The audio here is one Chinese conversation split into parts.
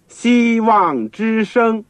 希望之声。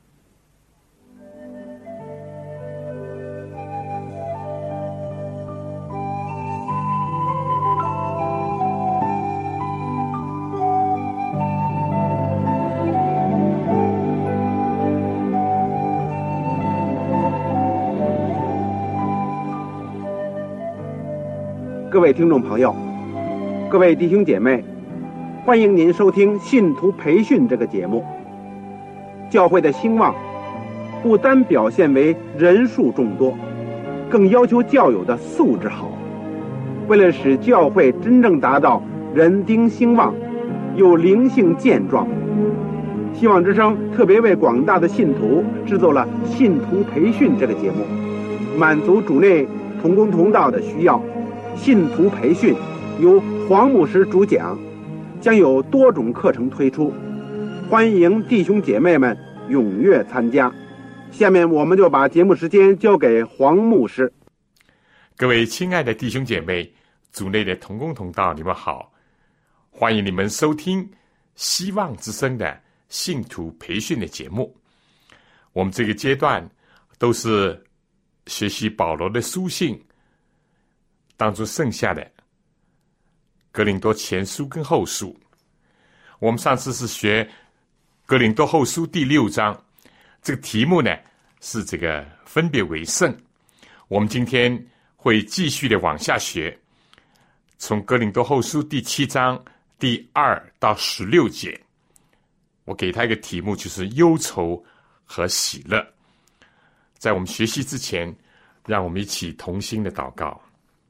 各位听众朋友，各位弟兄姐妹，欢迎您收听信徒培训这个节目。教会的兴旺不单表现为人数众多，更要求教友的素质好。为了使教会真正达到人丁兴旺又灵性健壮，希望之声特别为广大的信徒制作了信徒培训这个节目，满足主内同工同道的需要。信徒培训由黄牧师主讲，将有多种课程推出，欢迎弟兄姐妹们踊跃参加。下面我们就把节目时间交给黄牧师。 各位亲爱的弟兄姐妹，主内的同工同道，你们好，欢迎你们收听希望之声的信徒培训的节目。我们这个阶段都是学习保罗的书信当中剩下的哥林多前书跟后书。我们上次是学哥林多后书第6章，这个题目呢是这个分别为圣。我们今天会继续的往下学，从哥林多后书第7章第2到16节，我给他一个题目，就是忧愁和喜乐。在我们学习之前，让我们一起同心的祷告。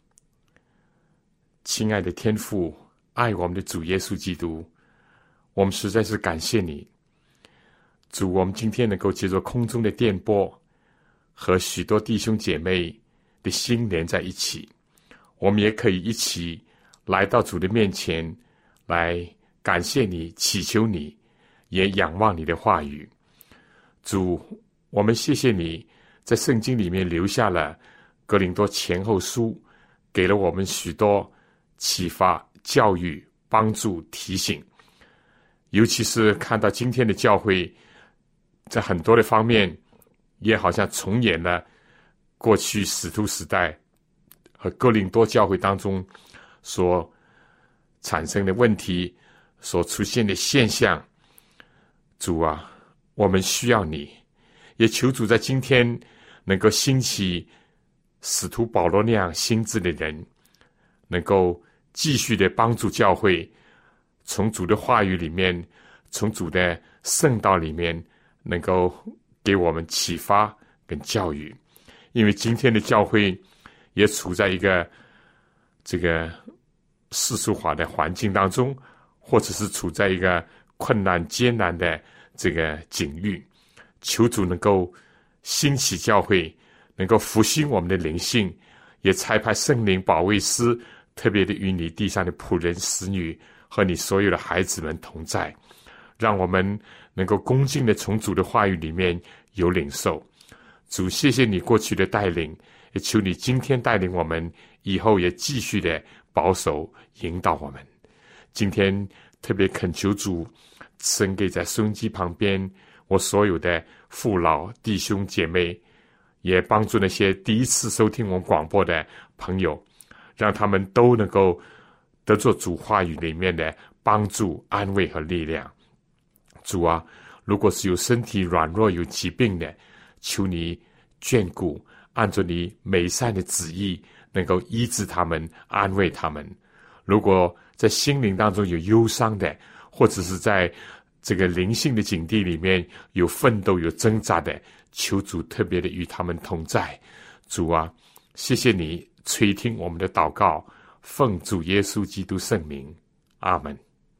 亲爱的天父，爱我们的主耶稣基督，我们实在是感谢你。主，我们今天能够借着空中的电波和许多弟兄姐妹的心连在一起，我们也可以一起来到主的面前，来感谢你，祈求你，也仰望你的话语。主，我们谢谢你在圣经里面留下了哥林多前后书，给了我们许多启发、教育、帮助、提醒。尤其是看到今天的教会在很多的方面也好像重演了过去使徒时代和哥林多教会当中所产生的问题，所出现的现象。主啊，我们需要你，也求主在今天能够兴起使徒保罗那样心智的人，能够继续的帮助教会从主的话语里面，从主的圣道里面，能够给我们启发跟教育。因为今天的教会也处在一个这个世俗化的环境当中，或者是处在一个困难艰难的这个境遇。求主能够兴起教会，能够复兴我们的灵性，也差派圣灵保惠师特别的与你地上的仆人使女和你所有的孩子们同在，让我们能够恭敬的从主的话语里面有领受。主，谢谢你过去的带领，也求你今天带领我们，以后也继续的保守引导我们。今天特别恳求主赐给在收音机旁边我所有的父老弟兄姐妹，也帮助那些第一次收听我们广播的朋友，让他们都能够得着主话语里面的帮助、安慰和力量。主啊，如果是有身体软弱、有疾病的，求你眷顾，按照你美善的旨意，能够医治他们、安慰他们。如果在心灵当中有忧伤的，或者是在这个灵性的境地里面有奋斗、有挣扎的，求主特别的与他们同在。主啊，谢谢你垂听我们的祷告，奉主耶稣基督圣名，阿们。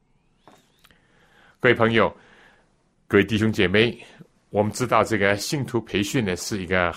各位朋友，各位弟兄姐妹，我们知道这个信徒培训呢是一个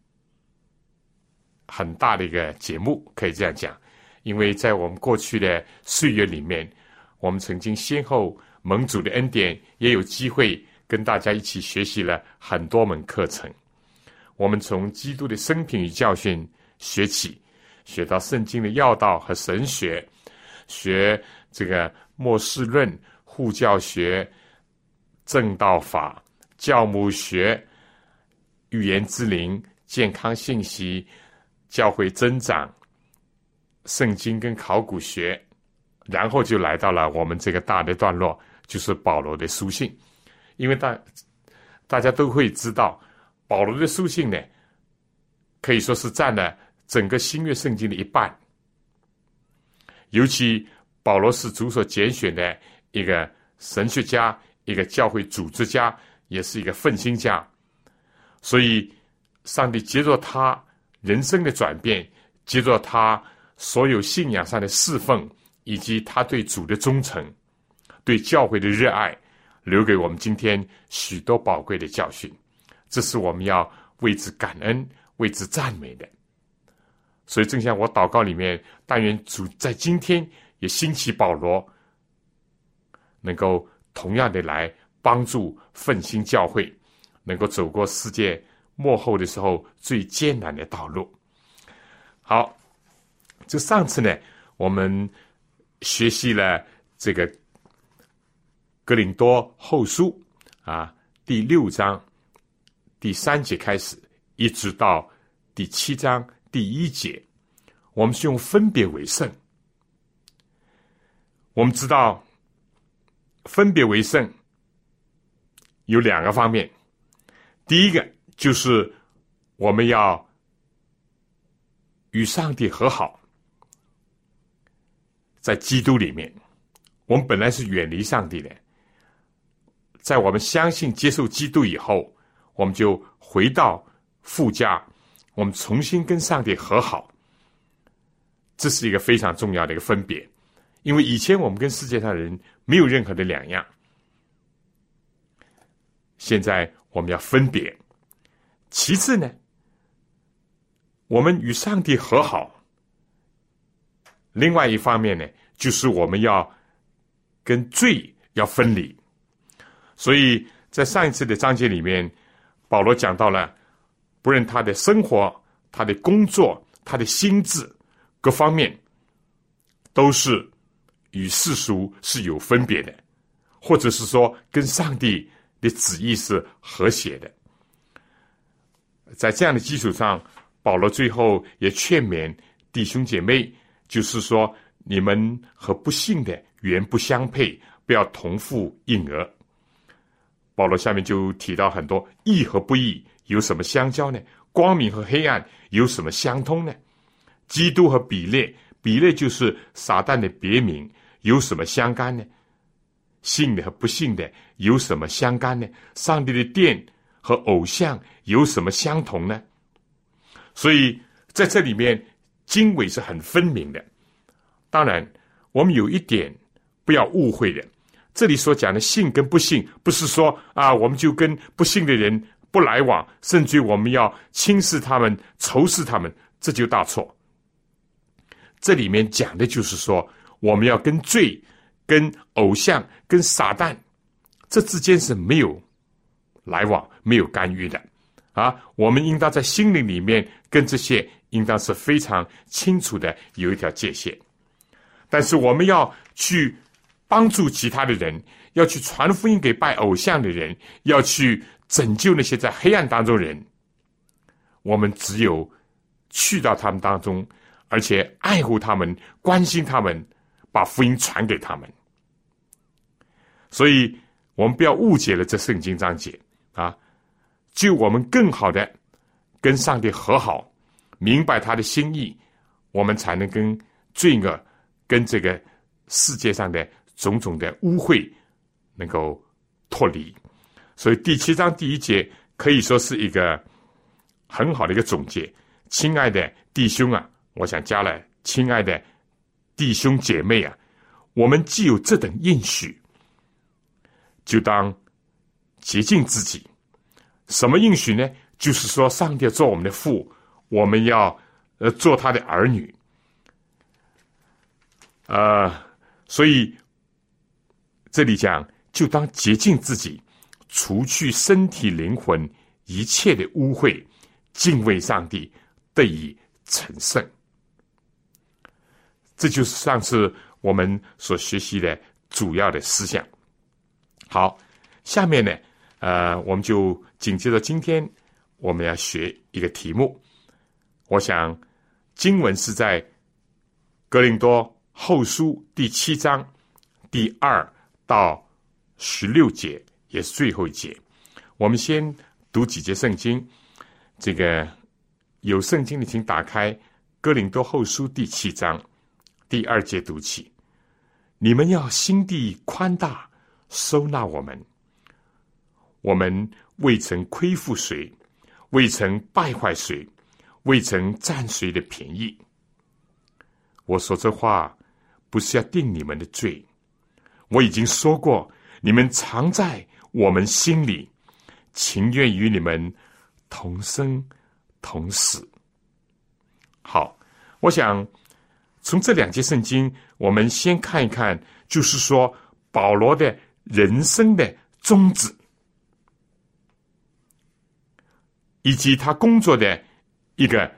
很大的一个节目，可以这样讲。因为在我们过去的岁月里面，我们曾经先后蒙主的恩典，也有机会跟大家一起学习了很多门课程。我们从基督的生平与教训学起，学到圣经的要道和神学，学这个末世论、护教学、 正道法、教牧学、语言之灵、健康信息、教会增长、圣经跟考古学，然后就来到了我们这个大的段落，就是保罗的书信。因为大家都会知道，保罗的书信呢，可以说是占了整个新约圣经的一半。尤其保罗是主所拣选的一个神学家，一个教会组织家，也是一个奋心家。所以上帝藉着他人生的转变，藉着他所有信仰上的侍奉，以及他对主的忠诚，对教会的热爱，留给我们今天许多宝贵的教训。这是我们要为之感恩，为之赞美的。所以正像我祷告里面，但愿主在今天也兴起保罗，能够同样的来帮助奋兴教会，能够走过世界末后的时候最艰难的道路。好，这上次呢，我们学习了这个哥林多后书第6章第3节开始，一直到第7章第1节，我们是用分别为圣。我们知道分别为圣有2个方面，第一个就是我们要与上帝和好，在基督里面，我们本来是远离上帝的，在我们相信接受基督以后，我们就回到父家，我们重新跟上帝和好。这是一个非常重要的一个分别，因为以前我们跟世界上的人没有任何的两样，现在我们要分别。其次呢，我们与上帝和好，另外一方面呢，就是我们要跟罪要分离。所以在上一次的章节里面，保罗讲到了，不论他的生活、他的工作、他的心智各方面，都是与世俗是有分别的，或者是说跟上帝的旨意是和谐的。在这样的基础上，保罗最后也劝勉弟兄姐妹，就是说你们和不信的原不相配，不要同负一軛。保罗下面就提到很多，义和不义有什么相交呢？光明和黑暗有什么相通呢？基督和比列，比列就是撒旦的别名，有什么相干呢？信的和不信的有什么相干呢？上帝的殿和偶像有什么相同呢？所以在这里面经纬是很分明的。当然我们有一点不要误会的，这里所讲的信跟不信，不是说我们就跟不信的人不来往，甚至我们要轻视他们、仇视他们，这就大错。这里面讲的就是说，我们要跟罪、跟偶像、跟撒旦这之间是没有来往、没有干预的我们应当在心灵里面跟这些应当是非常清楚的有一条界限。但是我们要去帮助其他的人，要去传福音给拜偶像的人，要去拯救那些在黑暗当中的人，我们只有去到他们当中，而且爱护他们，关心他们，把福音传给他们。所以我们不要误解了这圣经章节就我们更好的跟上帝和好，明白他的心意，我们才能跟罪恶、跟这个世界上的种种的污秽能够脱离。所以第7章第1节可以说是一个很好的一个总结。亲爱的弟兄我想加了亲爱的弟兄姐妹我们既有这等应许，就当洁净自己。什么应许呢？就是说上帝做我们的父，我们要做他的儿女。所以这里讲，就当洁净自己，除去身体灵魂一切的污秽，敬畏上帝，得以成圣。这就是上次我们所学习的主要的思想。好， 下面呢，我们就紧接着今天我们要学一个题目。我想经文是在哥林多后书第7章第2到16节，也是最后一节。我们先读几节圣经，这个有圣经的请打开哥林多后书第7章第2节读起。你们要心地宽大，收纳我们。我们未曾亏负谁，未曾败坏谁，未曾占谁的便宜。我说这话不是要定你们的罪，我已经说过，你们常在我们心里，情愿与你们同生同死。好，我想从这2节圣经，我们先看一看，就是说保罗的人生的宗旨，以及他工作的一个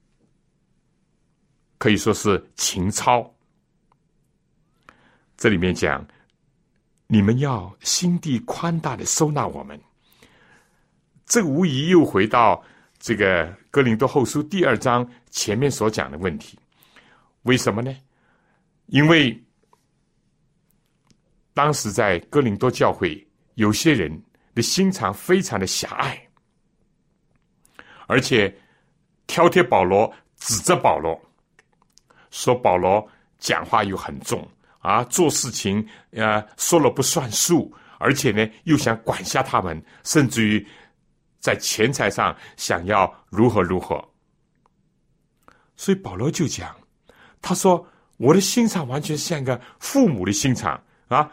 可以说是情操。这里面讲，你们要心地宽大的收纳我们，这无疑又回到这个哥林多后书第2章前面所讲的问题。为什么呢？因为当时在哥林多教会，有些人的心肠非常的狭隘，而且挑剔保罗，指责保罗，说保罗讲话又很重啊，做事情说了不算数，而且呢又想管辖他们，甚至于在钱财上想要如何如何。所以保罗就讲，他说我的心肠完全像一个父母的心肠啊。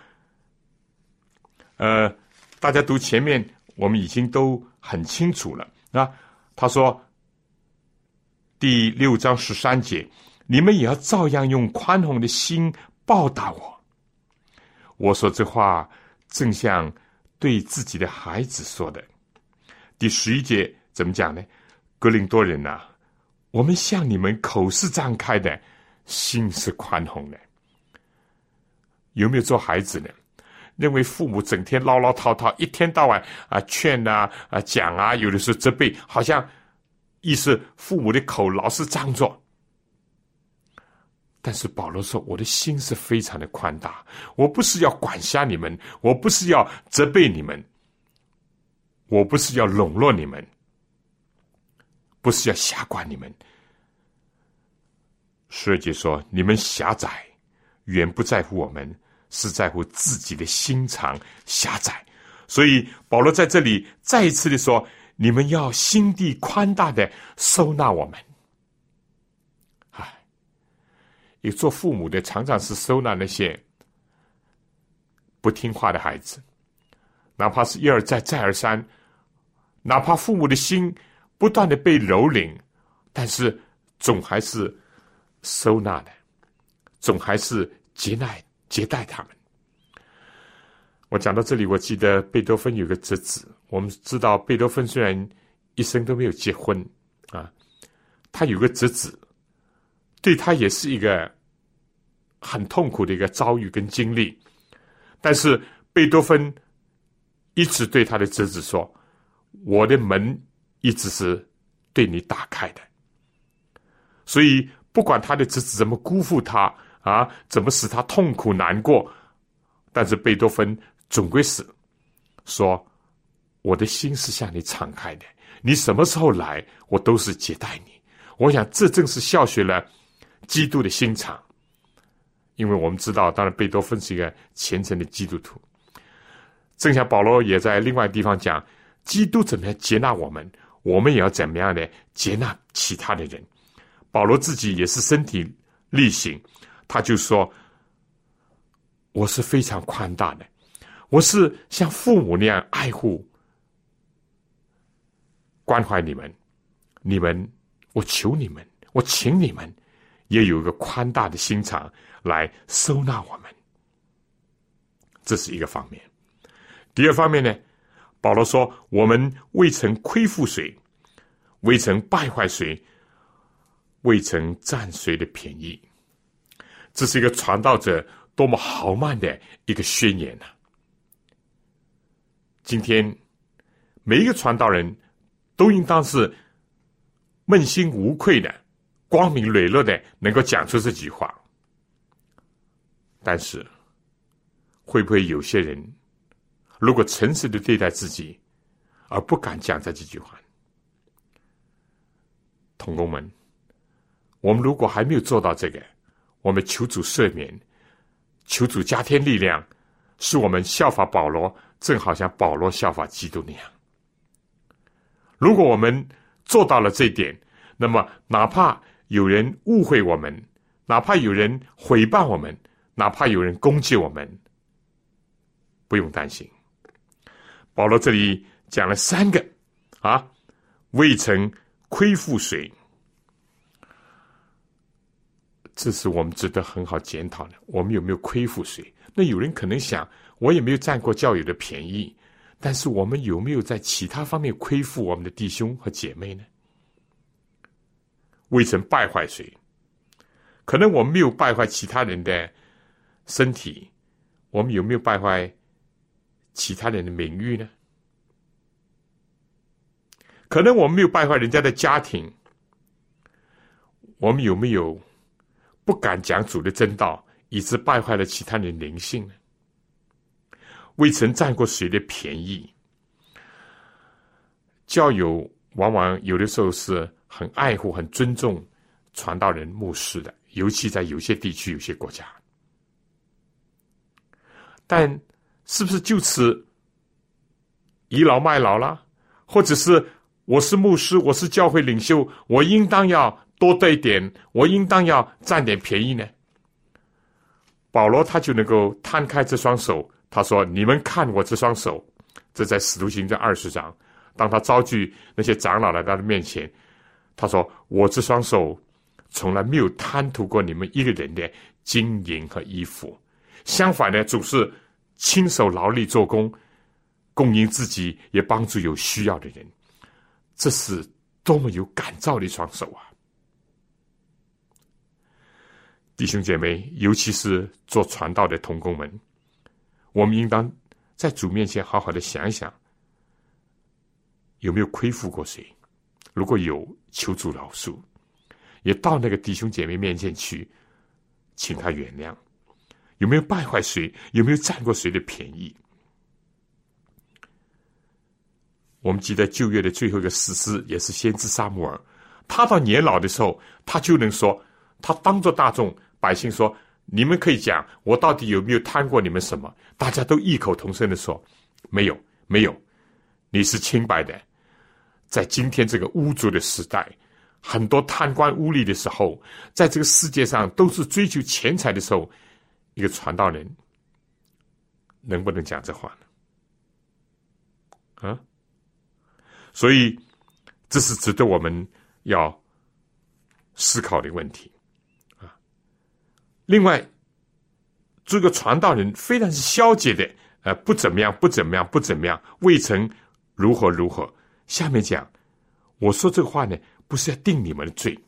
大家读前面我们已经都很清楚了啊。他说第6章13节，你们也要照样用宽宏的心报答我。我说这话正像对自己的孩子说的。第11节怎么讲呢？哥林多人啊，我们向你们口是张开的，心是宽宏的。有没有做孩子呢？认为父母整天唠唠叨叨，一天到晚劝讲有的时候责备，好像意思父母的口老是张着。但是保罗说，我的心是非常的宽大，我不是要管辖你们，我不是要责备你们，我不是要笼络你们，不是要辖管你们。12节说，你们狭窄远不在乎我们，是在乎自己的心肠狭窄。所以保罗在这里再一次的说，你们要心地宽大的收纳我们。一个做父母的常常是收纳那些不听话的孩子，哪怕是一而再再而三，哪怕父母的心不断的被蹂躏，但是总还是收纳的，总还是接待他们。我讲到这里，我记得贝多芬有个侄子，我们知道贝多芬虽然一生都没有结婚他有个侄子，对他也是一个很痛苦的一个遭遇跟经历，但是贝多芬一直对他的侄子说，我的门一直是对你打开的。所以不管他的侄子怎么辜负他怎么使他痛苦难过，但是贝多芬总归是说，我的心是向你敞开的，你什么时候来我都是接待你。我想这正是效学了基督的心肠。因为我们知道，当然贝多芬是一个虔诚的基督徒，正像保罗也在另外地方讲，基督怎么样接纳我们，我们也要怎么样的接纳其他的人。保罗自己也是身体力行，他就说，我是非常宽大的，我是像父母那样爱护关怀你们，我求你们，我请你们也有一个宽大的心肠来收纳我们。这是一个方面。第二方面呢，保罗说，我们未曾亏负谁，未曾败坏谁，未曾占谁的便宜。这是一个传道者多么豪迈的一个宣言今天每一个传道人都应当是问心无愧的、光明磊落的，能够讲出这句话。但是会不会有些人如果诚实的对待自己而不敢讲这几句话？同工们，我们如果还没有做到这个，我们求主赦免，求主加添力量，使我们效法保罗，正好像保罗效法基督那样。如果我们做到了这一点，那么哪怕有人误会我们，哪怕有人毁谤我们，哪怕有人攻击我们，不用担心。保罗这里讲了3个未曾亏负谁，这是我们值得很好检讨的。我们有没有亏负谁？那有人可能想，我也没有占过教友的便宜，但是我们有没有在其他方面亏负我们的弟兄和姐妹呢？未曾败坏谁？可能我们没有败坏其他人的身体，我们有没有败坏其他人的名誉呢？可能我们没有败坏人家的家庭，我们有没有不敢讲主的真道，以致败坏了其他人的灵性呢？未曾占过谁的便宜。教友往往有的时候是很爱护、很尊重传道人、牧师的，尤其在有些地区、有些国家。但是不是就此倚老卖老了？或者是我是牧师，我是教会领袖，我应当要多得一点，我应当要占点便宜呢？保罗他就能够摊开这双手，他说：“你们看我这双手。”这在使徒行传20章，当他招聚那些长老来到他的面前，他说：“我这双手从来没有贪图过你们一个人的金银和衣服，相反呢，总是亲手劳力做工，供应自己，也帮助有需要的人。”这是多么有感召的一双手啊！弟兄姐妹，尤其是做传道的同工们，我们应当在主面前好好的想一想，有没有亏负过谁？如果有，求主饶恕，也到那个弟兄姐妹面前去，请他原谅。有没有败坏谁？有没有占过谁的便宜？我们记得旧约的最后一个士师，也是先知撒母耳，他到年老的时候，他就能说，他当着大众百姓说：“你们可以讲，我到底有没有贪过你们什么？”大家都异口同声的说：“没有，没有，你是清白的。”在今天这个污浊的时代，很多贪官污吏的时候，在这个世界上都是追求钱财的时候，一个传道人能不能讲这话呢？所以这是值得我们要思考的问题啊。另外，这个传道人非常是消极的，不怎么样，不怎么样，不怎么样，未曾如何如何。下面讲，我说这个话呢，不是要定你们的罪。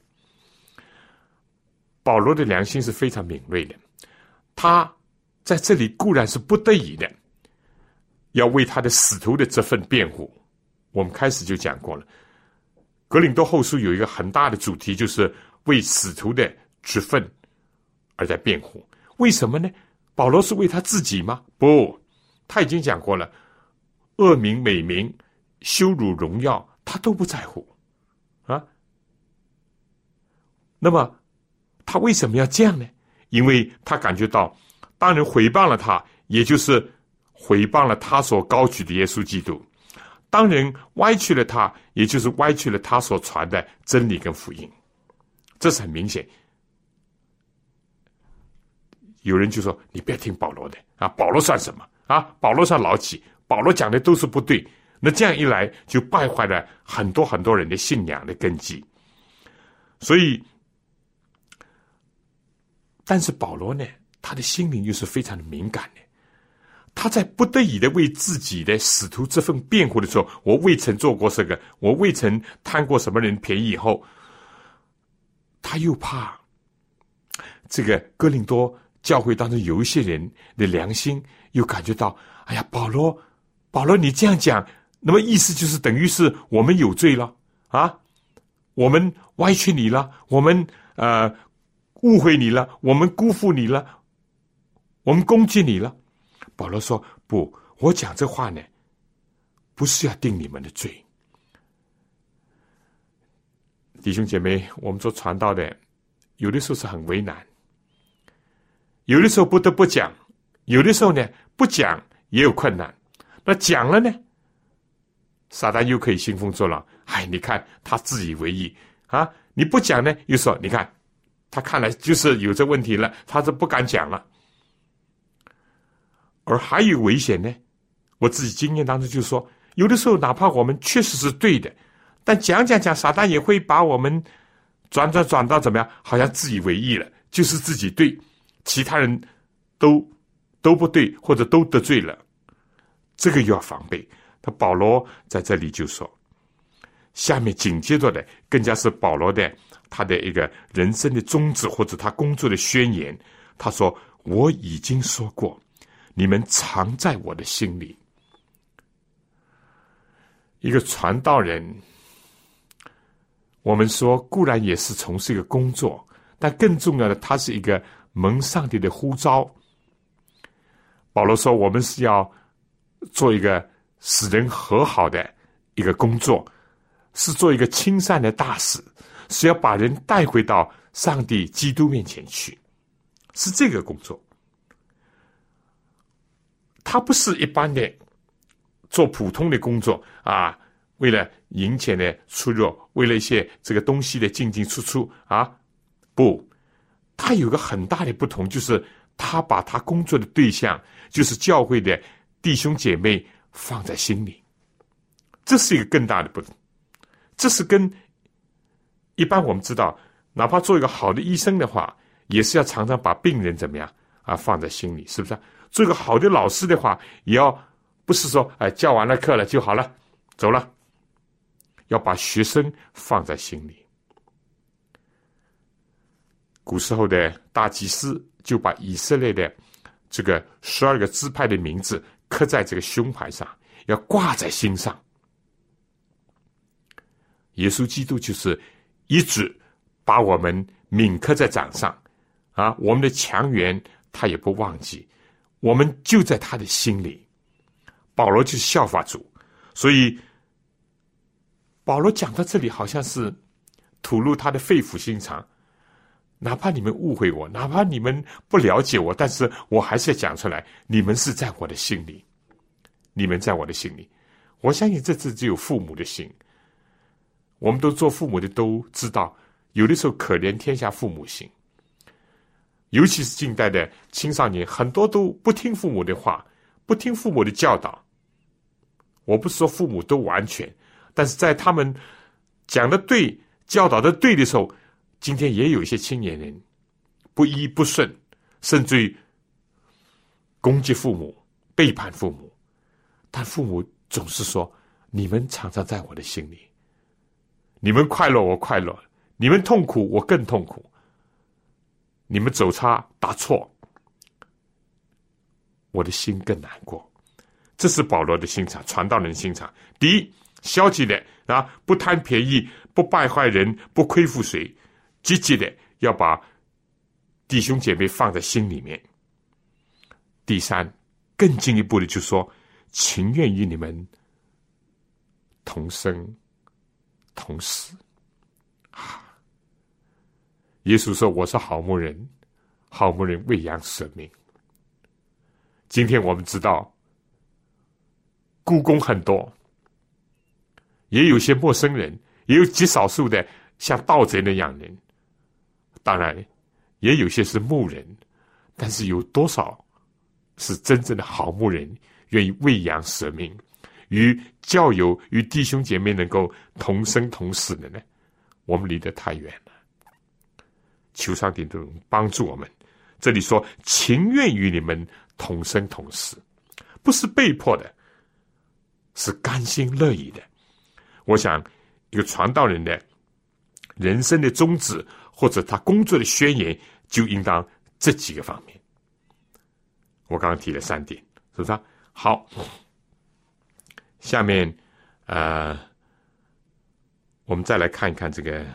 保罗的良心是非常敏锐的，他在这里固然是不得已的，要为他的使徒的这份辩护。我们开始就讲过了，格林多后书有一个很大的主题，就是为使徒的职分而在辩护。为什么呢？保罗是为他自己吗？不，他已经讲过了，恶名、美名、羞辱、荣耀，他都不在乎啊。那么他为什么要这样呢？因为他感觉到，当人毁谤了他，也就是毁谤了他所高举的耶稣基督。当人歪曲了他，也就是歪曲了他所传的真理跟福音，这是很明显。有人就说：“你不要听保罗的啊，保罗算什么啊？保罗算老几？保罗讲的都是不对。”那这样一来，就败坏了很多很多人的信仰的根基。所以，但是保罗呢，他的心灵又是非常的敏感的。他在不得已的为自己的使徒这份辩护的时候，我未曾做过这个，我未曾贪过什么人便宜以后，他又怕这个哥林多教会当中有一些人的良心又感觉到，哎呀，保罗保罗，你这样讲，那么意思就是等于是我们有罪了啊，我们歪曲你了，我们误会你了，我们辜负你了，我们攻击你了。保罗说，不，我讲这话呢，不是要定你们的罪。弟兄姐妹，我们做传道的，有的时候是很为难，有的时候不得不讲，有的时候呢，不讲也有困难。那讲了呢，撒旦又可以兴风作浪，你看他自以为意啊！你不讲呢，又说你看他看来就是有这问题了，他是不敢讲了。而还有危险呢，我自己经验当中就说，有的时候哪怕我们确实是对的，但讲，撒旦也会把我们转到怎么样，好像自以为意了，就是自己对，其他人都不对，或者都得罪了。这个又要防备。他保罗在这里就说，下面紧接着的更加是保罗的他的一个人生的宗旨，或者他工作的宣言。他说，我已经说过，你们藏在我的心里。一个传道人，我们说固然也是从事一个工作，但更重要的，他是一个蒙上帝的呼召。保罗说，我们是要做一个使人和好的一个工作，是做一个亲善的大使，是要把人带回到上帝基督面前去，是这个工作。他不是一般的做普通的工作啊，为了银钱的出入，为了一些这个东西的进出啊，不，他有个很大的不同，就是他把他工作的对象，就是教会的弟兄姐妹放在心里，这是一个更大的不同。这是跟一般我们知道，哪怕做一个好的医生的话，也是要常常把病人怎么样啊放在心里，是不是？做一个好的老师的话，也要不是说教完了课了就好了，走了，要把学生放在心里。古时候的大祭司就把以色列的这个12个支派的名字刻在这个胸牌上，要挂在心上。耶稣基督就是一直把我们铭刻在掌上啊，我们的强援他也不忘记，我们就在他的心里。保罗就是效法主，所以保罗讲到这里好像是吐露他的肺腑心肠，哪怕你们误会我，哪怕你们不了解我，但是我还是要讲出来，你们是在我的心里，你们在我的心里。我相信这次只有父母的心，我们都做父母的都知道，有的时候可怜天下父母心，尤其是近代的青少年，很多都不听父母的话，不听父母的教导。我不是说父母都完全，但是在他们讲的对，教导的对的时候，今天也有一些青年人不依不顺，甚至于攻击父母，背叛父母。但父母总是说，你们常常在我的心里，你们快乐我快乐，你们痛苦我更痛苦，你们走差打错，我的心更难过。这是保罗的心肠，传道人心肠。第一，消极的不贪便宜，不败坏人，不亏负谁；积极的要把弟兄姐妹放在心里面。第三，更进一步的就说，情愿与你们同生同死。耶稣说，我是好牧人，好牧人为羊舍命。今天我们知道雇工很多，也有些陌生人，也有极少数的像盗贼那样人，当然也有些是牧人，但是有多少是真正的好牧人，愿意为羊舍命，与教友与弟兄姐妹能够同生同死的呢？我们离得太远了，求上帝都能帮助我们。这里说情愿与你们同生同死，不是被迫的，是甘心乐意的。我想一个传道人的人生的宗旨，或者他工作的宣言，就应当这几个方面。我刚刚提了3点，是不是好， 下面我们再来看一看这个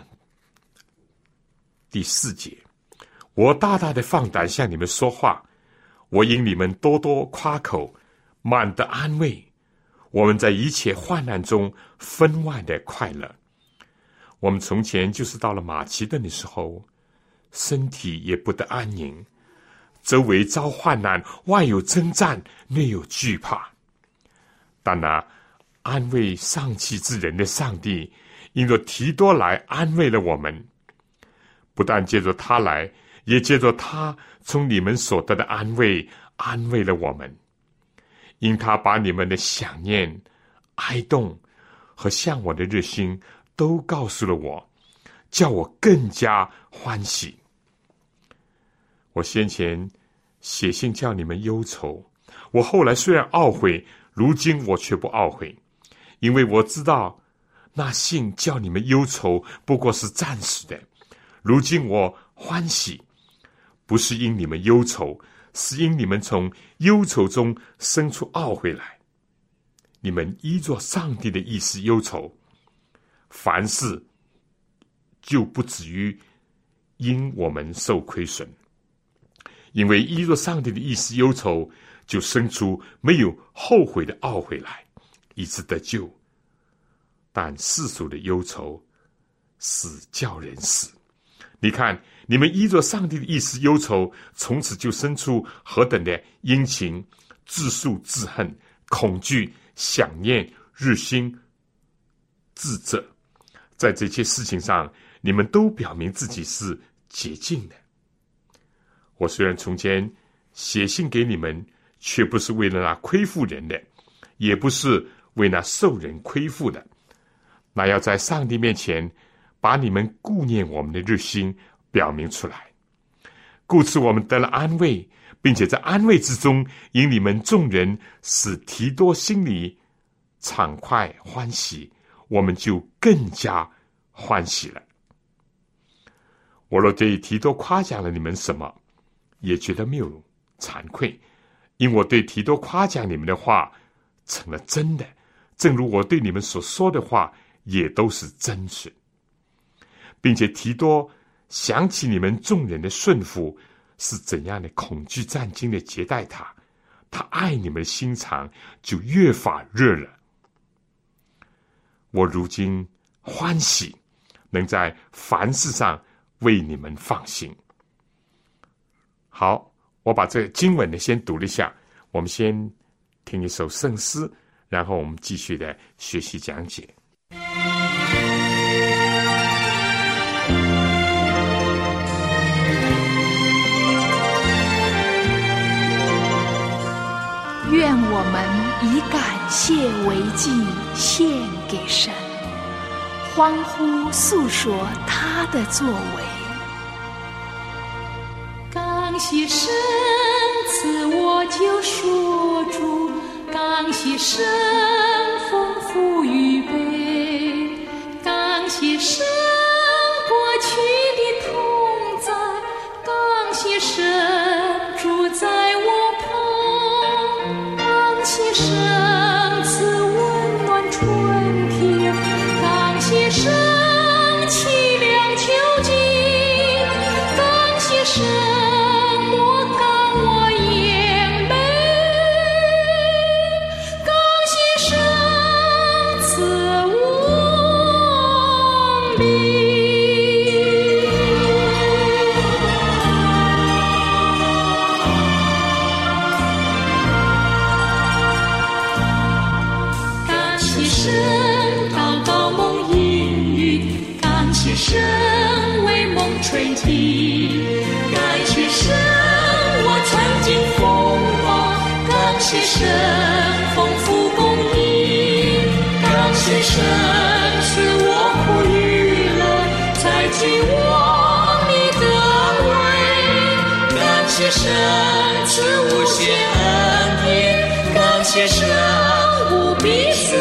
第4节。我大大的放胆向你们说话，我因你们多多夸口，满得安慰。我们在一切患难中分外的快乐。我们从前就是到了马其顿的时候，身体也不得安宁，周围遭患难，外有征战，内有惧怕。但那安慰丧气之人的上帝，因着提多来安慰了我们，不但借着他来，也借着他从你们所得的安慰，安慰了我们。因他把你们的想念、哀动和向我的热心都告诉了我，叫我更加欢喜。我先前写信叫你们忧愁，我后来虽然懊悔，如今我却不懊悔，因为我知道那信叫你们忧愁不过是暂时的。如今我欢喜，不是因你们忧愁，是因你们从忧愁中生出懊悔来。你们依着上帝的意思忧愁，凡事就不止于因我们受亏损。因为依着上帝的意思忧愁，就生出没有后悔的懊悔来，以致得救。但世俗的忧愁死叫人死。你看，你们依着上帝的意思忧愁，从此就生出何等的殷勤、自诉自恨、恐惧、想念、热心、自责。在这些事情上，你们都表明自己是洁净的。我虽然从前写信给你们，却不是为了那亏负人的，也不是为那受人亏负的，那要在上帝面前把你们顾念我们的热心表明出来。故此我们得了安慰，并且在安慰之中，因你们众人使提多心里畅快欢喜，我们就更加欢喜了。我若对提多夸奖了你们什么，也觉得没有惭愧，因我对提多夸奖你们的话成了真的，正如我对你们所说的话也都是真实，并且提多想起你们众人的顺服是怎样的恐惧战兢的接待他，他爱你们的心肠就越发热了。我如今欢喜，能在凡事上为你们放心。好，我把这经文呢先读了一下，我们先听一首圣诗，然后我们继续的学习讲解。 愿我们以感谢为祭献给神，欢呼诉说他的作为。 感谢神赐我救赎主，感谢神丰富预备，感谢神过去的同在，感谢神住在我旁，感谢神赐温暖春天，感谢神凄凉秋季，感谢神神丰富供应，感谢神使我苦与乐，才给我你的位，感谢神赐无限恩典，感谢神无比慈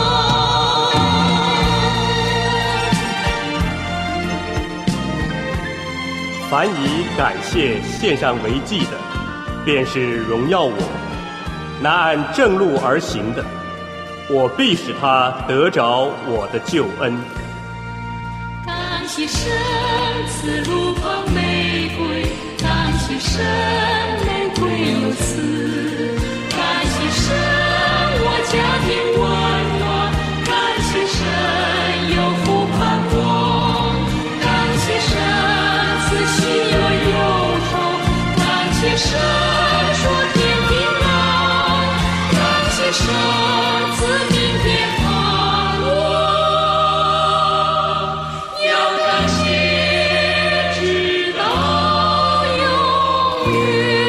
爱。凡以感谢献上为祭的，便是荣耀我；那按正路而行的， 我必使他得着我的救恩。 感谢神赐如同玫瑰，感谢神玫瑰有刺，感谢神我家庭温暖，感谢神有福盼望，感谢神赐喜乐忧愁，感谢神说天平安，感谢神赐明天盼望，要感谢直到永远。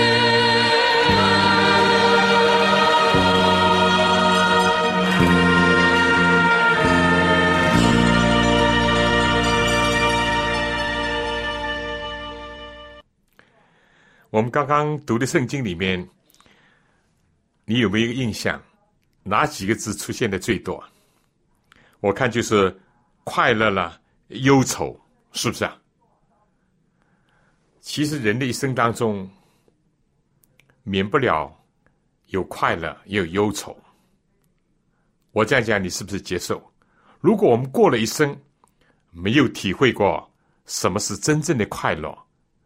我们刚刚读的圣经里面，你有没有一个印象？哪几个字出现的最多？我看就是快乐了、忧愁，是不是啊？其实人的一生当中，免不了有快乐，也有忧愁。我这样讲，你是不是接受？如果我们过了一生，没有体会过什么是真正的快乐，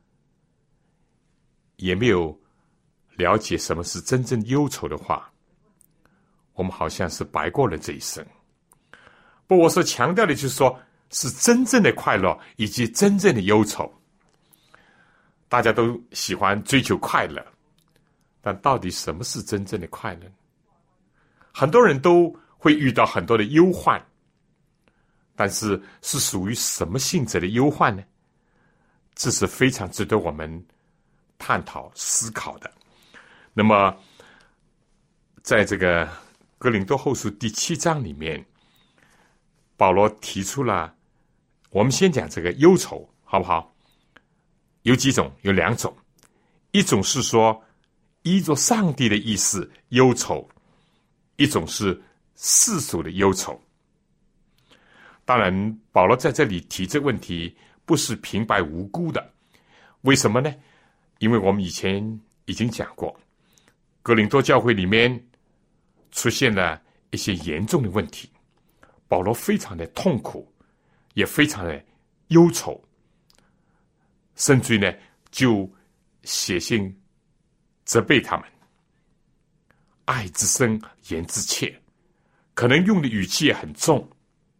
也没有了解什么是真正忧愁的话，我们好像是白过了这一生。不，我所强调的就是说，是真正的快乐以及真正的忧愁。大家都喜欢追求快乐，但到底什么是真正的快乐呢？很多人都会遇到很多的忧患，但是是属于什么性质的忧患呢？这是非常值得我们探讨思考的。那么在这个哥林多后书第7章里面，保罗提出了，我们先讲这个忧愁好不好？有几种？有2种。一种是说依着上帝的意思忧愁，一种是世俗的忧愁。当然保罗在这里提这个问题不是平白无故的。为什么呢？因为我们以前已经讲过，哥林多教会里面出现了一些严重的问题，保罗非常的痛苦，也非常的忧愁，甚至于呢就写信责备他们。爱之深，言之切，可能用的语气也很重。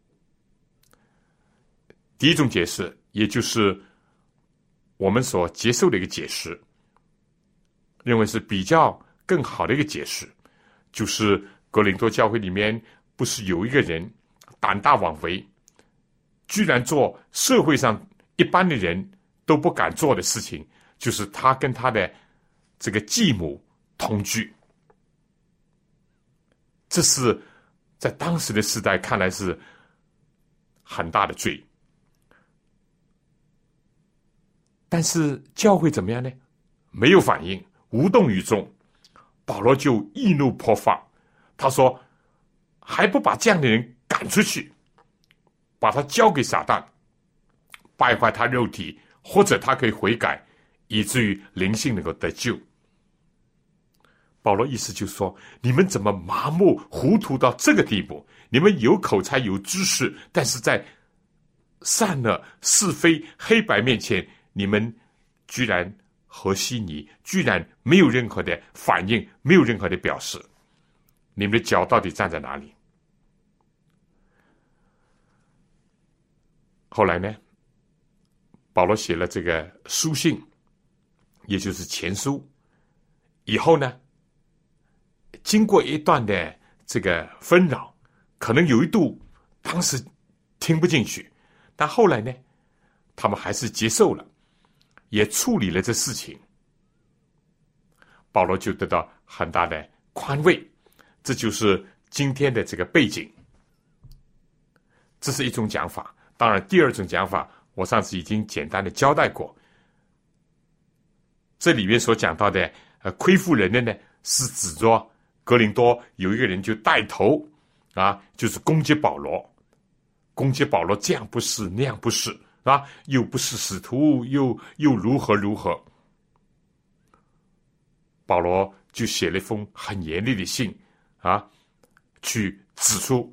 第一种解释，也就是我们所接受的一个解释，认为是比较更好的一个解释，就是哥林多教会里面不是有一个人胆大妄为，居然做社会上一般的人都不敢做的事情，就是他跟他的这个继母同居。这是在当时的时代看来是很大的罪。但是教会怎么样呢？没有反应，无动于衷。保罗就易怒颇发，他说还不把这样的人赶出去，把他交给撒旦，败坏他肉体，或者他可以悔改，以至于灵性能够得救。保罗意思就是说，你们怎么麻木糊涂到这个地步？你们有口才有知识，但是在善恶是非黑白面前，你们居然和稀泥，居然没有任何的反应，没有任何的表示，你们的脚到底站在哪里？后来呢，保罗写了这个书信，也就是前书，以后呢，经过一段的这个纷扰，可能有一度当时听不进去，但后来呢，他们还是接受了，也处理了这事情，保罗就得到很大的宽慰。这就是今天的这个背景。这是一种讲法。当然第二种讲法我上次已经简单的交代过，这里面所讲到的亏负人的呢，是指着哥林多有一个人就带头就是攻击保罗，这样不是那样不是又不是使徒，又如何如何。保罗就写了一封很严厉的信去指出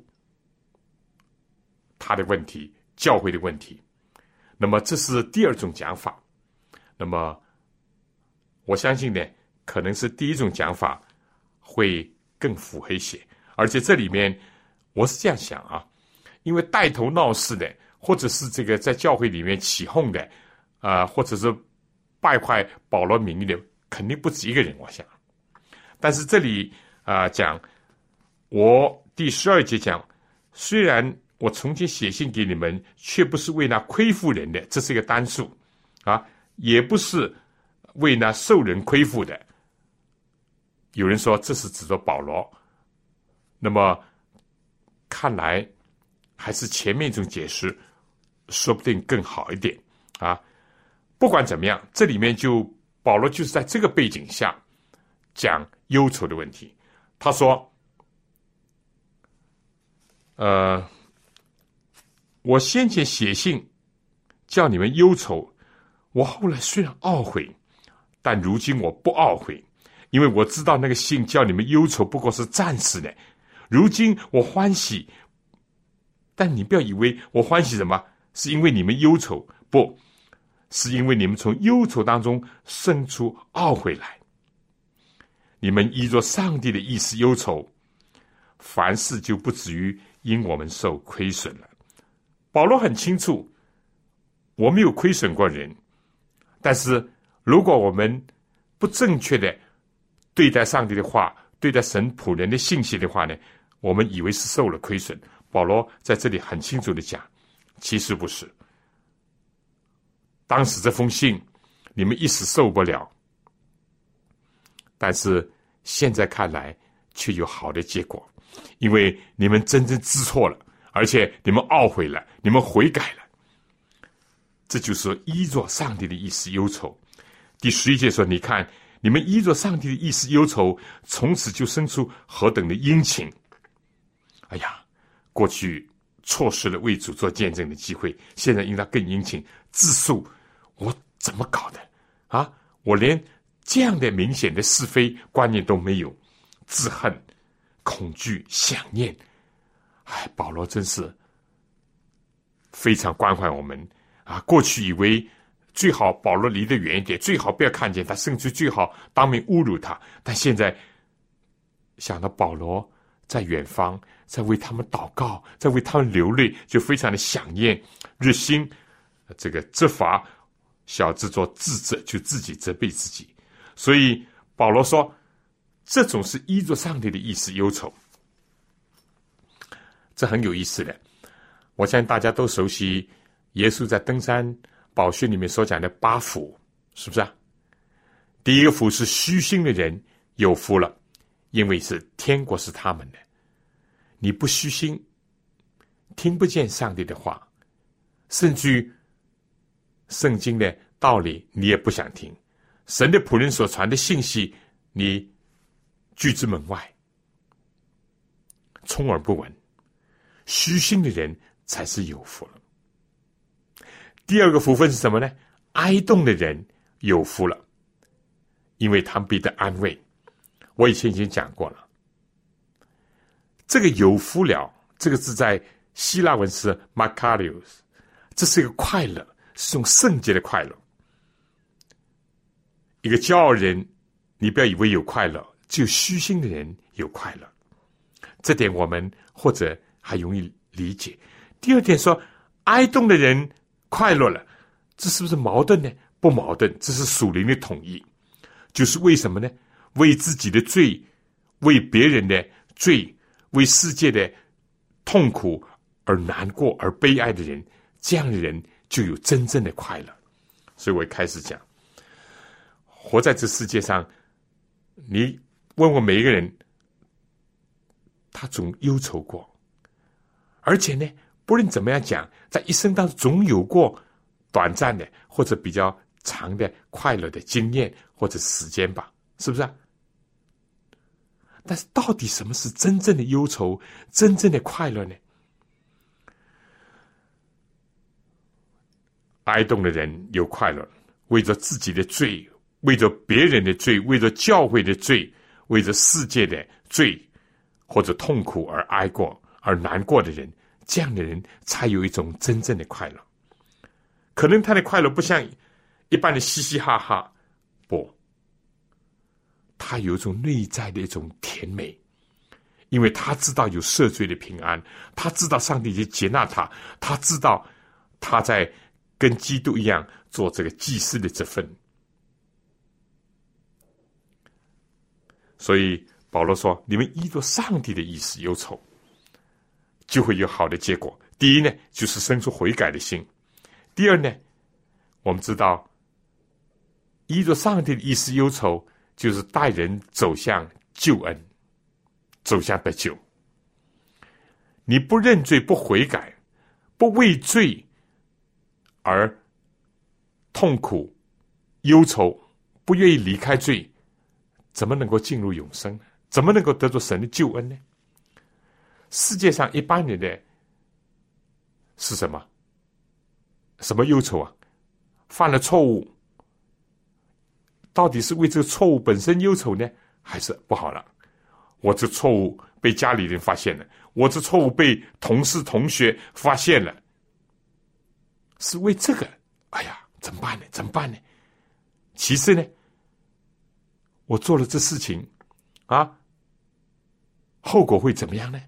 他的问题，教会的问题。那么这是第二种讲法。那么我相信呢，可能是第一种讲法会更符合一些。而且这里面我是这样想啊，因为带头闹事的，或者是这个在教会里面起哄的，或者是败坏保罗名誉的，肯定不止一个人，我想。但是这里讲，我第12节讲，虽然我从前写信给你们，却不是为那亏负人的，这是一个单数啊，也不是为那受人亏负的。有人说这是指着保罗，那么看来还是前面一种解释说不定更好一点啊。不管怎么样，这里面保罗就是在这个背景下讲忧愁的问题。他说我先前写信叫你们忧愁，我后来虽然懊悔，但如今我不懊悔，因为我知道那个信叫你们忧愁不过是暂时的，如今我欢喜。但你不要以为我欢喜什么是因为你们忧愁，不是因为你们从忧愁当中生出懊悔来。你们依着上帝的意思忧愁，凡事就不至于因我们受亏损了。保罗很清楚，我没有亏损过人，但是如果我们不正确的对待上帝的话，对待神仆人的信息的话呢，我们以为是受了亏损。保罗在这里很清楚的讲，其实不是。当时这封信你们一时受不了，但是现在看来却有好的结果，因为你们真正知错了，而且你们懊悔了，你们悔改了。这就是依着上帝的意思忧愁。第11节说，你看你们依着上帝的意思忧愁，从此就生出何等的殷勤。哎呀，过去错失了为主做见证的机会，现在应当更殷勤，自述我怎么搞的啊？我连这样的明显的是非观念都没有，自恨、恐惧、想念。哎，保罗真是非常关怀我们啊！过去以为最好保罗离得远一点，最好不要看见他，甚至最好当面侮辱他。但现在想到保罗在远方，在为他们祷告，在为他们流泪，就非常的想念，热心这个责罚小制作自责，就自己责备自己。所以保罗说，这种是依着上帝的意思忧愁。这很有意思的，我相信大家都熟悉耶稣在登山宝训里面所讲的8福，是不是啊？第一个福是虚心的人有福了，因为是天国是他们的。你不虚心，听不见上帝的话，甚至于圣经的道理你也不想听，神的仆人所传的信息你拒之门外，充耳不闻。虚心的人才是有福了。第二个福分是什么呢？哀痛的人有福了，因为他们必得安慰。我以前已经讲过了，这个有福了这个字在希腊文是 makarios， 这是一个快乐，是种圣洁的快乐。一个骄傲人，你不要以为有快乐，只有虚心的人有快乐。这点我们或者还容易理解。第二点说，哀痛的人快乐了，这是不是矛盾呢？不矛盾，这是属灵的统一。就是为什么呢？为自己的罪，为别人的罪，为世界的痛苦而难过而悲哀的人，这样的人就有真正的快乐。所以我一开始讲，活在这世界上，你问问每一个人，他总忧愁过，而且呢，不论怎么样讲，在一生当中总有过短暂的或者比较长的快乐的经验或者时间吧，是不是啊？但是到底什么是真正的忧愁，真正的快乐呢？哀痛的人有快乐，为着自己的罪，为着别人的罪，为着教会的罪，为着世界的罪， 或者痛苦而哀过而难过的人，这样的人才有一种真正的快乐。可能他的快乐不像一般的嘻嘻哈哈，不，他有一种内在的一种甜美，因为他知道有赦罪的平安，他知道上帝已经接纳他，他知道他在跟基督一样做这个祭司的这份。所以保罗说，你们依着上帝的意思忧愁，就会有好的结果。第一呢，就是生出悔改的心；第二呢，我们知道依着上帝的意思忧愁，就是带人走向救恩，走向得救。你不认罪，不悔改，不为罪而痛苦忧愁，不愿意离开罪，怎么能够进入永生呢？怎么能够得着神的救恩呢？世界上一般人的是什么？什么忧愁啊？犯了错误，到底是为这个错误本身忧愁呢，还是不好了，我这错误被家里人发现了，我这错误被同事同学发现了，是为这个，哎呀，怎么办呢？怎么办呢？其实呢，我做了这事情啊，后果会怎么样呢？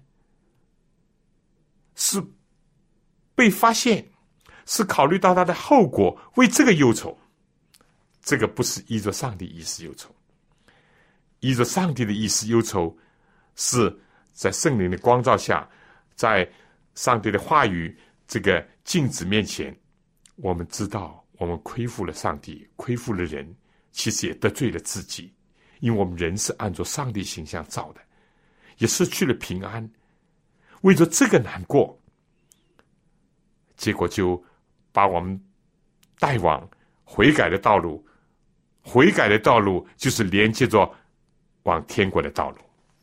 是被发现，是考虑到他的后果，为这个忧愁。这个不是依着上帝意思忧愁，依着上帝的意思忧愁，是在圣灵的光照下，在上帝的话语这个镜子面前，我们知道我们亏负了上帝，亏负了人，其实也得罪了自己，因为我们人是按照上帝形象造的，也失去了平安，为着这个难过，结果就把我们带往悔改的道路。悔改的道路就是连接着往天国的道路，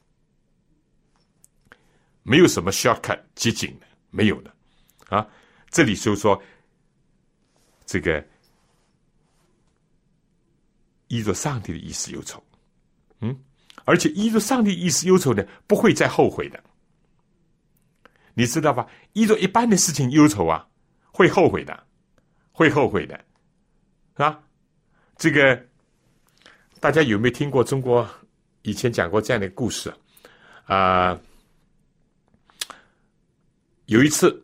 没有什么 shortcut 捷径的，没有的啊！这里就说这个依着上帝的意思忧愁，而且依着上帝意思忧愁呢，不会再后悔的，你知道吧？依着一般的事情忧愁啊，会后悔的，会后悔的啊！这个大家有没有听过中国以前讲过这样的故事啊？有一次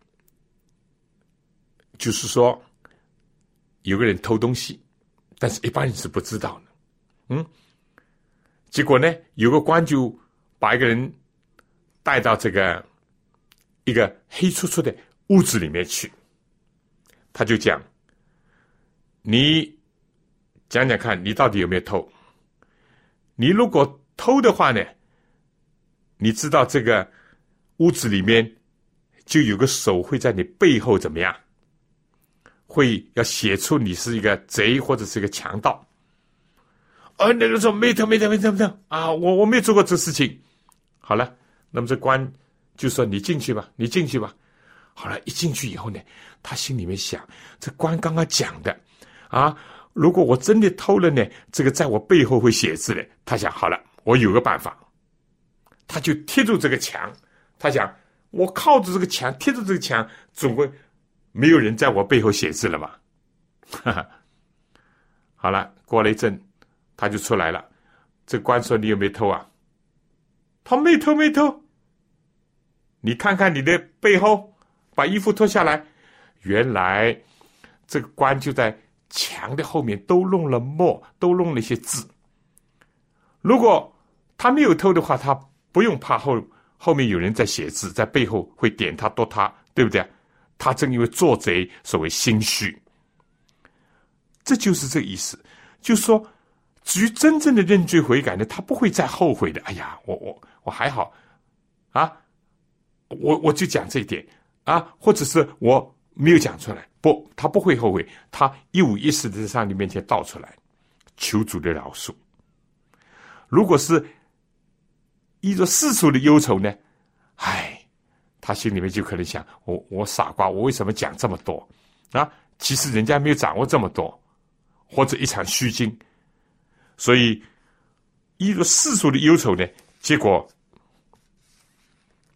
就是说有个人偷东西，但是一般人是不知道的，结果呢，有个官就把一个人带到这个一个黑粗粗的屋子里面去，他就讲，你讲讲看，你到底有没有偷？你如果偷的话呢，你知道这个屋子里面就有个手会在你背后怎么样？会要写出你是一个贼或者是一个强盗。那个说没偷啊，我没有做过这事情。好了，那么这官就说你进去吧，你进去吧。好了，一进去以后呢，他心里面想，这官刚刚讲的啊。如果我真的偷了呢，这个在我背后会写字的。他想，好了，我有个办法，他就贴住这个墙。他想，我靠着这个墙，贴住这个墙，总归没有人在我背后写字了吧？好了，过了一阵，他就出来了。这官说：“你有没有偷啊？”他没偷。你看看你的背后，把衣服脱下来，原来这个官就在墙的后面都弄了墨，都弄了一些字。如果他没有偷的话，他不用怕后面有人在写字，在背后会点他剁他，对不对？他正因为做贼，所谓心虚。这就是这个意思，就是说，至于真正的认罪悔改呢，他不会再后悔的。哎呀，我还好啊，我就讲这一点啊，或者是我没有讲出来，不，他不会后悔，他一五一十的在上帝面前道出来，求主的饶恕。如果是依着世俗的忧愁呢，他心里面就可能想，我傻瓜，我为什么讲这么多啊？其实人家没有掌握这么多，或者一场虚惊。所以依着世俗的忧愁呢，结果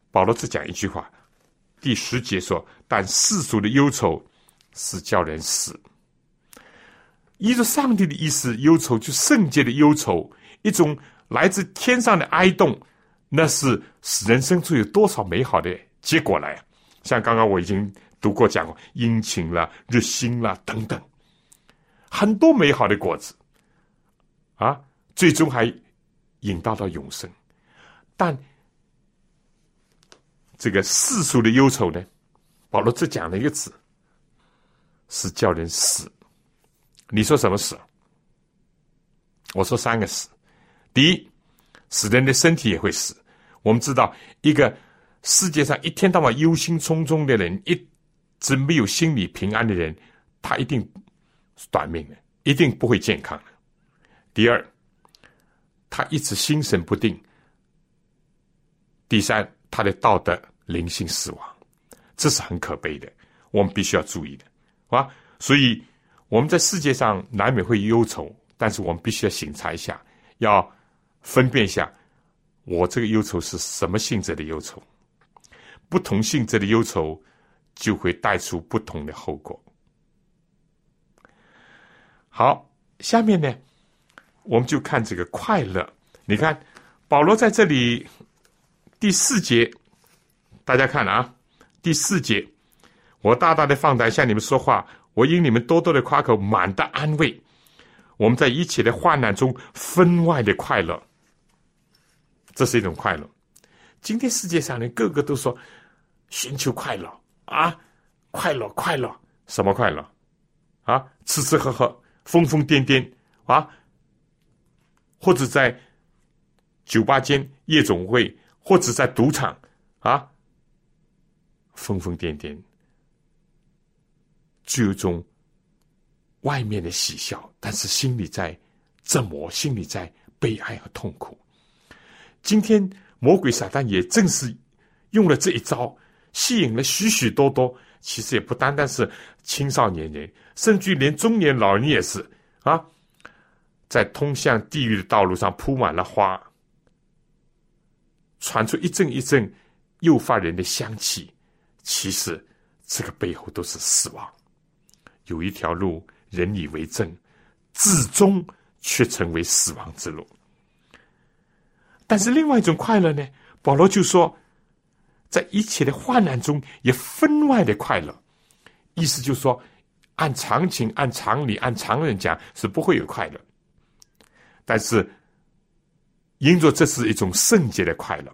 保罗只讲一句话，第10节说：但世俗的忧愁是叫人死。依着上帝的意思，忧愁就圣洁的忧愁，一种来自天上的哀动，那是使人生出有多少美好的结果来。像刚刚我已经读过讲过，殷勤啦、热心啦等等，很多美好的果子啊，最终还引导到永生。但这个世俗的忧愁呢，保罗只讲了一个字，是叫人死。你说什么死？我说3个死。第一，使人的身体也会死。我们知道，一个世界上一天到晚忧心忡忡的人，一直没有心理平安的人，他一定短命的，一定不会健康的。第二，他一直心神不定。第三，他的道德灵性死亡，这是很可悲的，我们必须要注意的啊！所以我们在世界上难免会忧愁，但是我们必须要省察一下，要分辨一下，我这个忧愁是什么性质的忧愁。不同性质的忧愁就会带出不同的后果。好，下面呢，我们就看这个快乐。你看，保罗在这里第4节，大家看啊，第4节，我大大的放胆向你们说话，我因你们多多的夸口，满的安慰。我们在一切的患难中分外的快乐，这是一种快乐。今天世界上人个个都说寻求快乐啊，快乐快乐，什么快乐啊？吃吃喝喝，疯疯癫癫啊，或者在酒吧间、夜总会，或者在赌场啊，疯疯癫癫，就有一种外面的喜笑，但是心里在折磨，心里在悲哀和痛苦。今天魔鬼撒旦也正是用了这一招，吸引了许许多多，其实也不单单是青少年人，甚至连中年老人也是啊，在通向地狱的道路上铺满了花，传出一阵一阵诱发人的香气，其实这个背后都是死亡。有一条路人以为正，至终却成为死亡之路。但是另外一种快乐呢，保罗就说在一切的患难中也分外的快乐。意思就是说，按常情、按常理、按常人讲是不会有快乐，但是因着这是一种圣洁的快乐，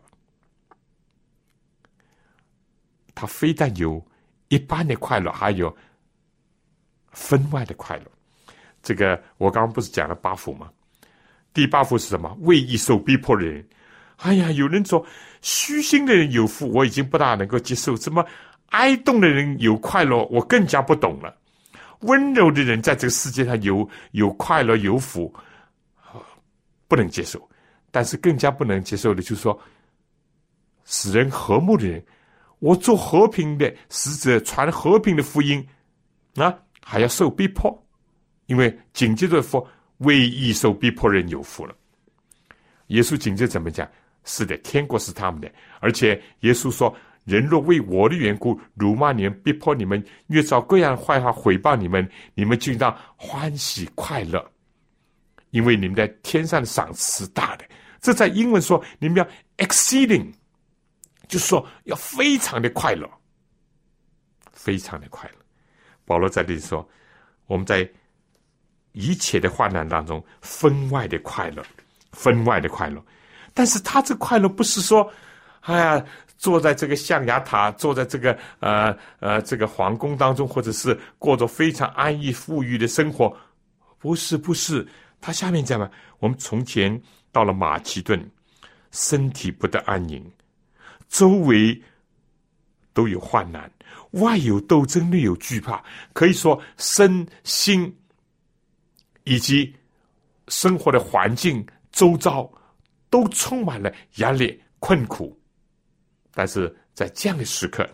它非但有一般的快乐，还有分外的快乐。这个我刚刚不是讲了8福吗？第8福是什么？为义受逼迫的人。哎呀，有人说虚心的人有福，我已经不大能够接受，怎么哀动的人有快乐，我更加不懂了。温柔的人在这个世界上有快乐有福，不能接受。但是更加不能接受的就是说，使人和睦的人，我做和平的使者，传和平的福音啊，还要受逼迫，因为紧接着说为义受逼迫人有福了。耶稣紧接着怎么讲？是的，天国是他们的。而且耶稣说，人若为我的缘故辱骂你们，逼迫你们，越造各样坏话毁谤你们，你们就应当欢喜快乐，因为你们在天上的赏赐是大的。这在英文说你们要 exceeding， 就是说要非常的快乐，非常的快乐。保罗在这里说，我们在一切的患难当中分外的快乐，分外的快乐。但是他这快乐不是说，哎呀，坐在这个象牙塔，坐在这个这个皇宫当中，或者是过着非常安逸富裕的生活，不是。他下面讲嘛，我们从前到了马其顿，身体不得安宁，周围都有患难，外有斗争，内有惧怕，可以说身心以及生活的环境周遭都充满了压力困苦。但是在这样的时刻，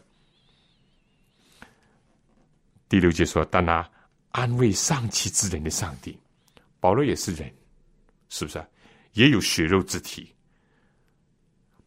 第6节说，但那安慰丧气之人的上帝，保罗也是人，是不是也有血肉之体，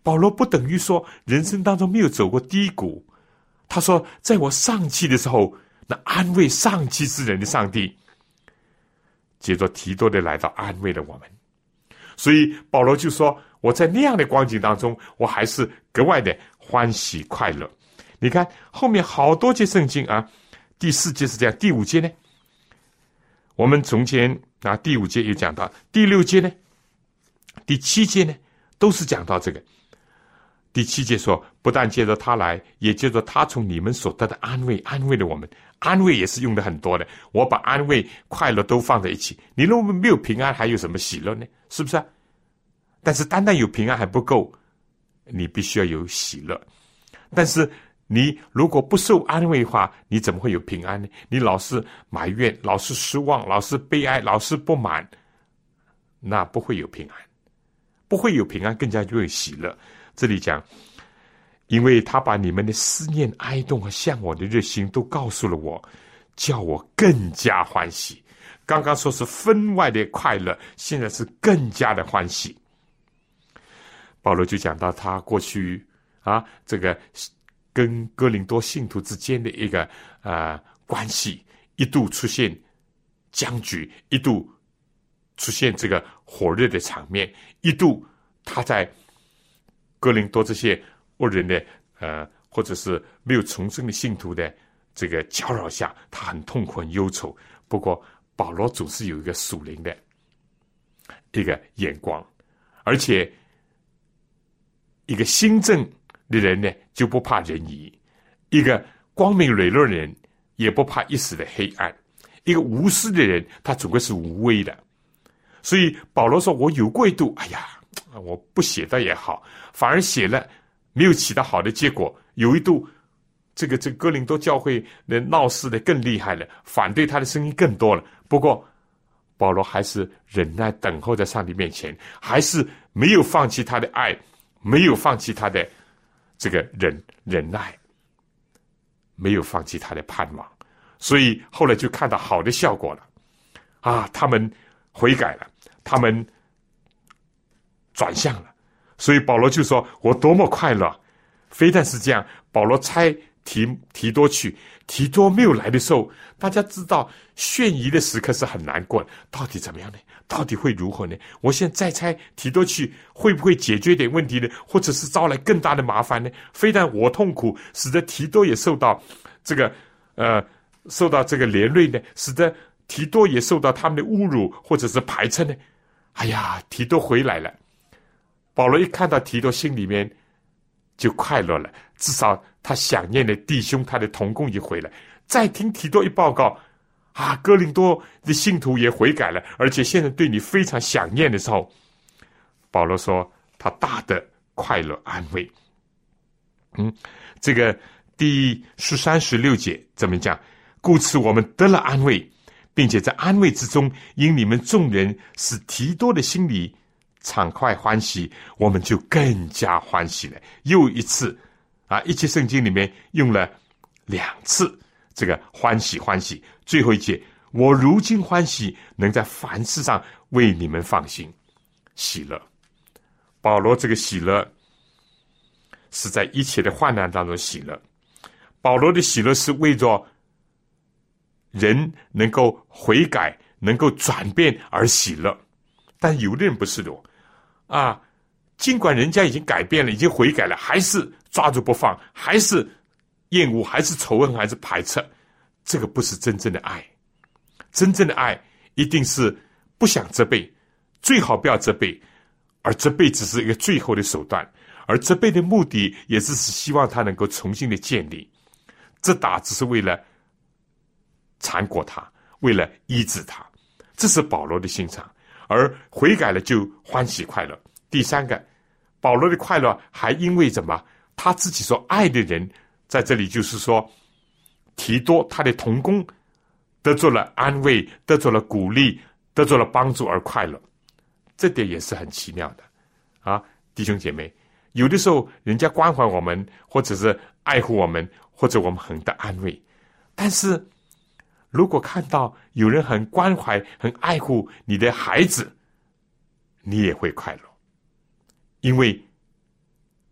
保罗不等于说人生当中没有走过低谷，他说在我丧气的时候，那安慰丧气之人的上帝接着提多的来到安慰了我们。所以保罗就说，我在那样的光景当中，我还是格外的欢喜快乐。你看后面好多节圣经啊，第4节是这样，第5节呢，我们从前第5节也讲到，第6节呢，第7节呢，都是讲到这个。第7节说，不但借着他来，也借着他从你们所得的安慰，安慰了我们。安慰也是用的很多的，我把安慰快乐都放在一起。你如果没有平安，还有什么喜乐呢？是不是啊？但是单单有平安还不够，你必须要有喜乐。但是你如果不受安慰的话，你怎么会有平安呢？你老是埋怨，老是失望，老是悲哀，老是不满，那不会有平安。不会有平安，更加就会喜乐。这里讲，因为他把你们的思念、哀动和向往的热心都告诉了我，叫我更加欢喜。刚刚说是分外的快乐，现在是更加的欢喜。保罗就讲到他过去这个跟哥林多信徒之间的一个关系，一度出现僵局，一度出现这个火热的场面，一度他在哥林多这些恶人的或者是没有重生的信徒的这个搅扰下，他很痛苦很忧愁。不过保罗总是有一个属灵的一个眼光，而且一个心正的人呢，就不怕人疑；一个光明磊落的人，也不怕一时的黑暗；一个无私的人，他总归是无畏的。所以保罗说，我有过一度，哎呀，我不写的也好，反而写了没有起到好的结果。有一度这个哥林多教会的闹事的更厉害了，反对他的声音更多了。不过保罗还是忍耐等候在上帝面前，还是没有放弃他的爱，没有放弃他的这个忍耐，没有放弃他的盼望。所以后来就看到好的效果了他们悔改了，他们转向了。所以保罗就说，我多么快乐。非但是这样，保罗差提多去，提多没有来的时候，大家知道眩疑的时刻是很难过的，到底怎么样呢？到底会如何呢？我现在再差提多去，会不会解决点问题呢？或者是招来更大的麻烦呢？非但我痛苦，使得提多也受到这个连累呢，使得提多也受到他们的侮辱或者是排斥呢。哎呀，提多回来了。保罗一看到提多，心里面就快乐了，至少他想念的弟兄，他的同工也回来。再听提多一报告哥林多的信徒也悔改了，而且现在对你非常想念的时候，保罗说他大的快乐安慰。这个第13、16节怎么讲？故此我们得了安慰，并且在安慰之中，因你们众人使提多的心里畅快欢喜，我们就更加欢喜了。又一次一节圣经里面用了2次这个欢喜欢喜。最后一节，我如今欢喜，能在凡事上为你们放心。喜乐，保罗这个喜乐是在一切的患难当中喜乐。保罗的喜乐是为着人能够悔改，能够转变而喜乐。但有的人不是的尽管人家已经改变了，已经悔改了，还是抓住不放，还是厌恶，还是仇恨，还是排斥。这个不是真正的爱。真正的爱一定是不想责备，最好不要责备，而责备只是一个最后的手段，而责备的目的也是希望他能够重新的建立。这打只是为了缠裹他，为了医治他，这是保罗的心肠。而悔改了就欢喜快乐。第3个，保罗的快乐还因为什么？他自己所爱的人，在这里就是说提多他的同工得着了安慰，得着了鼓励，得着了帮助而快乐。这点也是很奇妙的弟兄姐妹，有的时候人家关怀我们，或者是爱护我们，或者我们很得安慰，但是如果看到有人很关怀很爱护你的孩子，你也会快乐，因为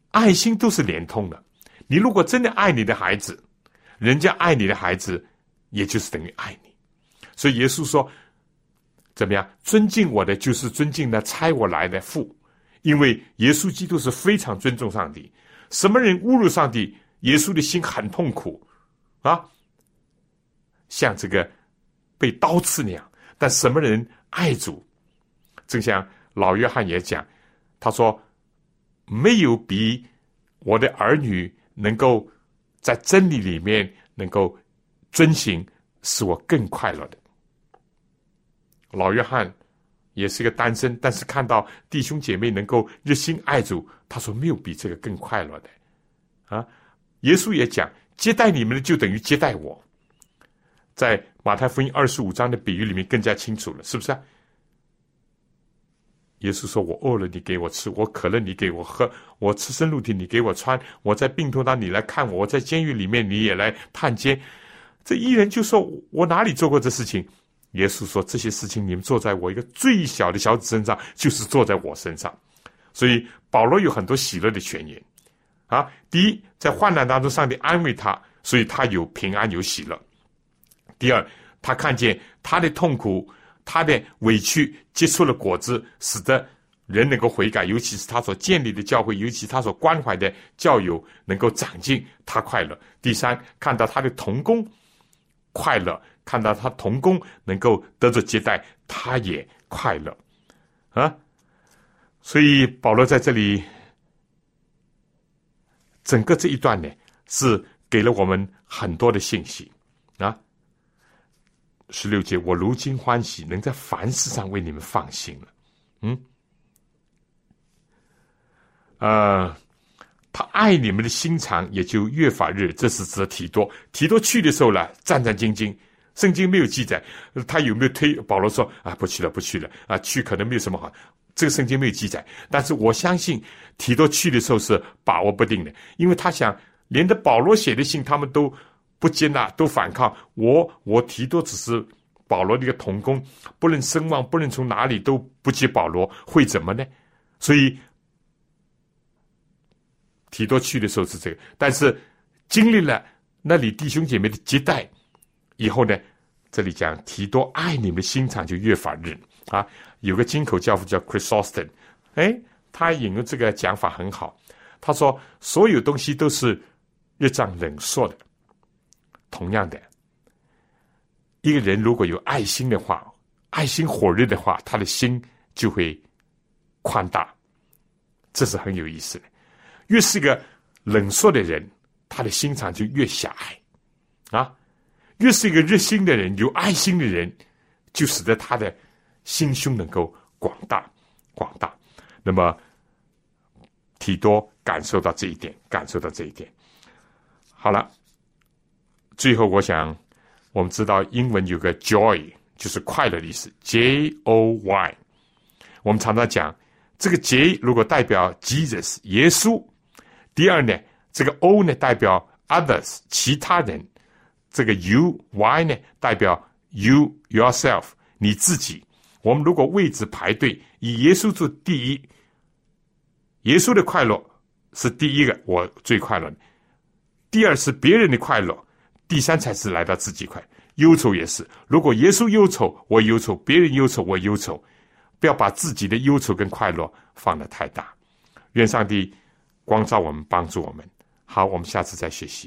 爱心都是连通的。你如果真的爱你的孩子，人家爱你的孩子，也就是等于爱你。所以耶稣说，怎么样？尊敬我的，就是尊敬那差我来的父。因为耶稣基督是非常尊重上帝，什么人侮辱上帝，耶稣的心很痛苦啊，像这个被刀刺那样。但什么人爱主，正像老约翰也讲，他说没有比我的儿女能够在真理里面能够遵行，使我更快乐的。老约翰也是个单身，但是看到弟兄姐妹能够热心爱主，他说没有比这个更快乐的啊。耶稣也讲，接待你们的就等于接待我。在马太福音25章的比喻里面更加清楚了，是不是啊？耶稣说，我饿了你给我吃，我渴了你给我喝，我赤身露体你给我穿，我在病痛当你来看我，我在监狱里面你也来探监。这一人就说，我哪里做过这事情？耶稣说，这些事情你们做在我一个最小的小子身上，就是做在我身上。所以保罗有很多喜乐的泉源啊。第一，在患难当中上帝安慰他，所以他有平安有喜乐。第二，他看见他的痛苦，他的委屈结出了果子，使得人能够悔改，尤其是他所建立的教会，尤其他所关怀的教友能够长进，他快乐。第三，看到他的同工快乐，看到他同工能够得着接待，他也快乐啊。所以保罗在这里整个这一段呢，是给了我们很多的信息啊。16节，我如今欢喜，能在凡事上为你们放心了。他爱你们的心肠也就越发热。这是指提多。提多去的时候呢，战战兢兢。圣经没有记载他有没有推保罗说啊，不去了啊，去可能没有什么好。这个圣经没有记载，但是我相信提多去的时候是把握不定的，因为他想连着保罗写的信他们都不接纳，都反抗我提多只是保罗的一个同工，不论声望，不论从哪里都不接保罗，会怎么呢？所以提多去的时候是这个，但是经历了那里弟兄姐妹的接待以后呢，这里讲提多爱你们的心肠就越发热啊。有个金口教父叫 Chrysostom， 他引用这个讲法很好，他说所有东西都是热胀冷缩的。同样的，一个人如果有爱心的话，爱心火热的话，他的心就会宽大，这是很有意思的。越是个冷缩的人，他的心肠就越狭隘啊。越是一个热心的人，有爱心的人，就使得他的心胸能够广大。那么提多感受到这一点。好了，最后我想我们知道英文有个 joy， 就是快乐的意思， J-O-Y。 我们常常讲这个 J 如果代表 Jesus 耶稣，第二呢，这个 O 呢代表 others 其他人，这个 Y 呢代表 yourself 你自己。我们如果位置排队，以耶稣做第一，耶稣的快乐是第一个，我最快乐的，第二是别人的快乐，第三才是来到自己快。忧愁也是，如果耶稣忧愁我忧愁，别人忧愁我忧愁，不要把自己的忧愁跟快乐放得太大。愿上帝光照我们，帮助我们。好，我们下次再学习。